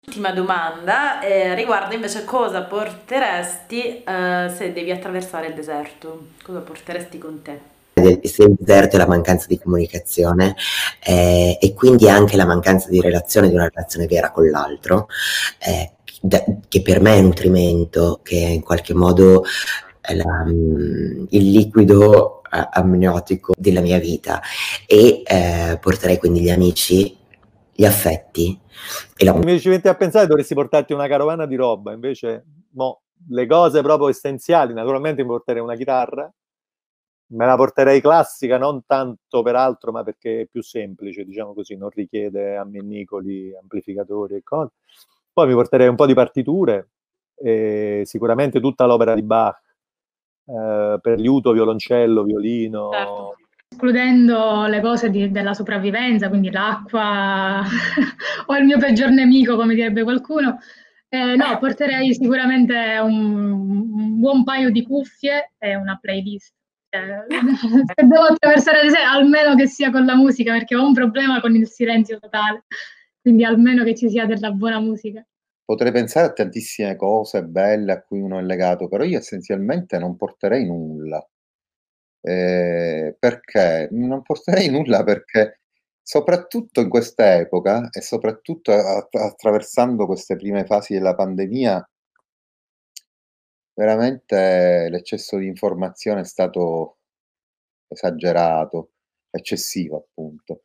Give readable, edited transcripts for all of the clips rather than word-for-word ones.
Ultima domanda, riguarda invece cosa porteresti se devi attraversare il deserto? Cosa porteresti con te? Sia il deserto e la mancanza di comunicazione, e quindi anche la mancanza di relazione, di una relazione vera con l'altro, che per me è nutrimento, che in qualche modo è il liquido amniotico della mia vita, e porterei quindi gli amici, gli affetti e la Mi ci metti a pensare, dovresti portarti una carovana di roba, invece mo, le cose proprio essenziali, naturalmente mi porterei una chitarra, me la porterei classica, non tanto per altro, ma perché è più semplice, diciamo così, non richiede ammennicoli, amplificatori e cose. Poi mi porterei un po' di partiture, e sicuramente tutta l'opera di Bach, per liuto, violoncello, Certo. violino. Escludendo le cose della sopravvivenza, quindi l'acqua o il mio peggior nemico, come direbbe qualcuno, no, porterei sicuramente un buon paio di cuffie e una playlist. Se devo attraversare le sere, almeno che sia con la musica, perché ho un problema con il silenzio totale, quindi almeno che ci sia della buona musica. Potrei pensare a tantissime cose belle a cui uno è legato, però io essenzialmente non porterei nulla. Perché? Non porterei nulla perché soprattutto in questa epoca e soprattutto attraversando queste prime fasi della pandemia, veramente l'eccesso di informazione è stato esagerato, eccessivo appunto.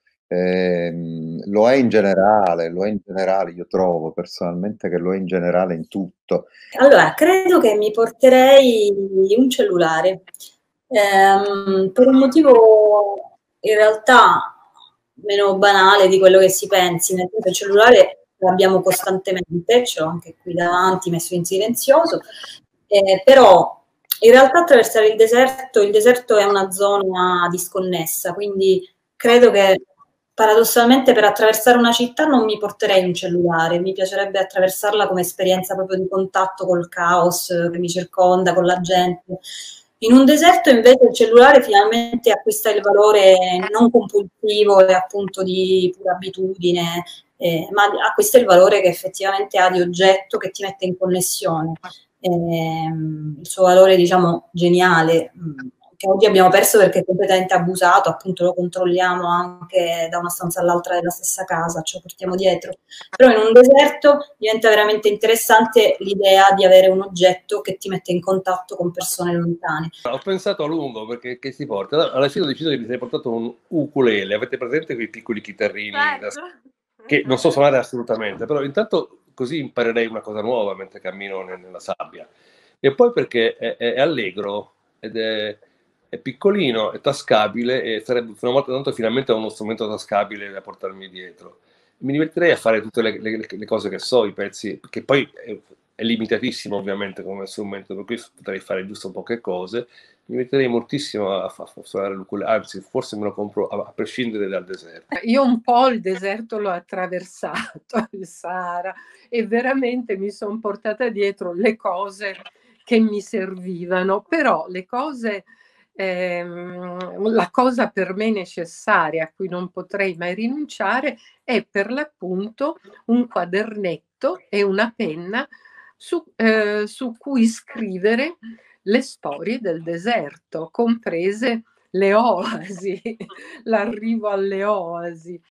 Lo è in generale, io trovo personalmente che lo è in generale in tutto. Allora, credo che mi porterei un cellulare, per un motivo in realtà meno banale di quello che si pensi, nel senso il cellulare lo abbiamo costantemente, ce l'ho anche qui davanti, messo in silenzioso, però in realtà attraversare il deserto è una zona disconnessa, quindi credo che paradossalmente per attraversare una città non mi porterei un cellulare, mi piacerebbe attraversarla come esperienza proprio di contatto col caos che mi circonda, con la gente. In un deserto invece il cellulare finalmente acquista il valore non compulsivo e appunto di pura abitudine, ma acquista il valore che effettivamente ha di oggetto che ti mette in connessione. Il suo valore, diciamo, geniale, che oggi abbiamo perso perché è completamente abusato, appunto lo controlliamo anche da una stanza all'altra della stessa casa, ce lo portiamo dietro. Però in un deserto diventa veramente interessante l'idea di avere un oggetto che ti mette in contatto con persone lontane. Ho pensato a lungo perché che si porta. Alla fine ho deciso che mi sarei portato un ukulele. Avete presente quei piccoli chitarrini che non so suonare assolutamente, però intanto così imparerei una cosa nuova mentre cammino nella sabbia. E poi perché è allegro ed è piccolino, è tascabile e sarebbe una volta tanto finalmente uno strumento tascabile da portarmi dietro. Mi divertirei a fare tutte le cose che so, i pezzi, che poi è limitatissimo ovviamente come strumento, per cui potrei fare giusto poche cose. Mi metterei moltissimo a suonare l'ukulele, anzi forse me lo compro a prescindere dal deserto. Io un po' il deserto l'ho attraversato, il Sahara, e veramente mi sono portata dietro le cose che mi servivano, però le cose, la cosa per me necessaria, a cui non potrei mai rinunciare, è per l'appunto un quadernetto e una penna su cui scrivere le storie del deserto, comprese le oasi, l'arrivo alle oasi.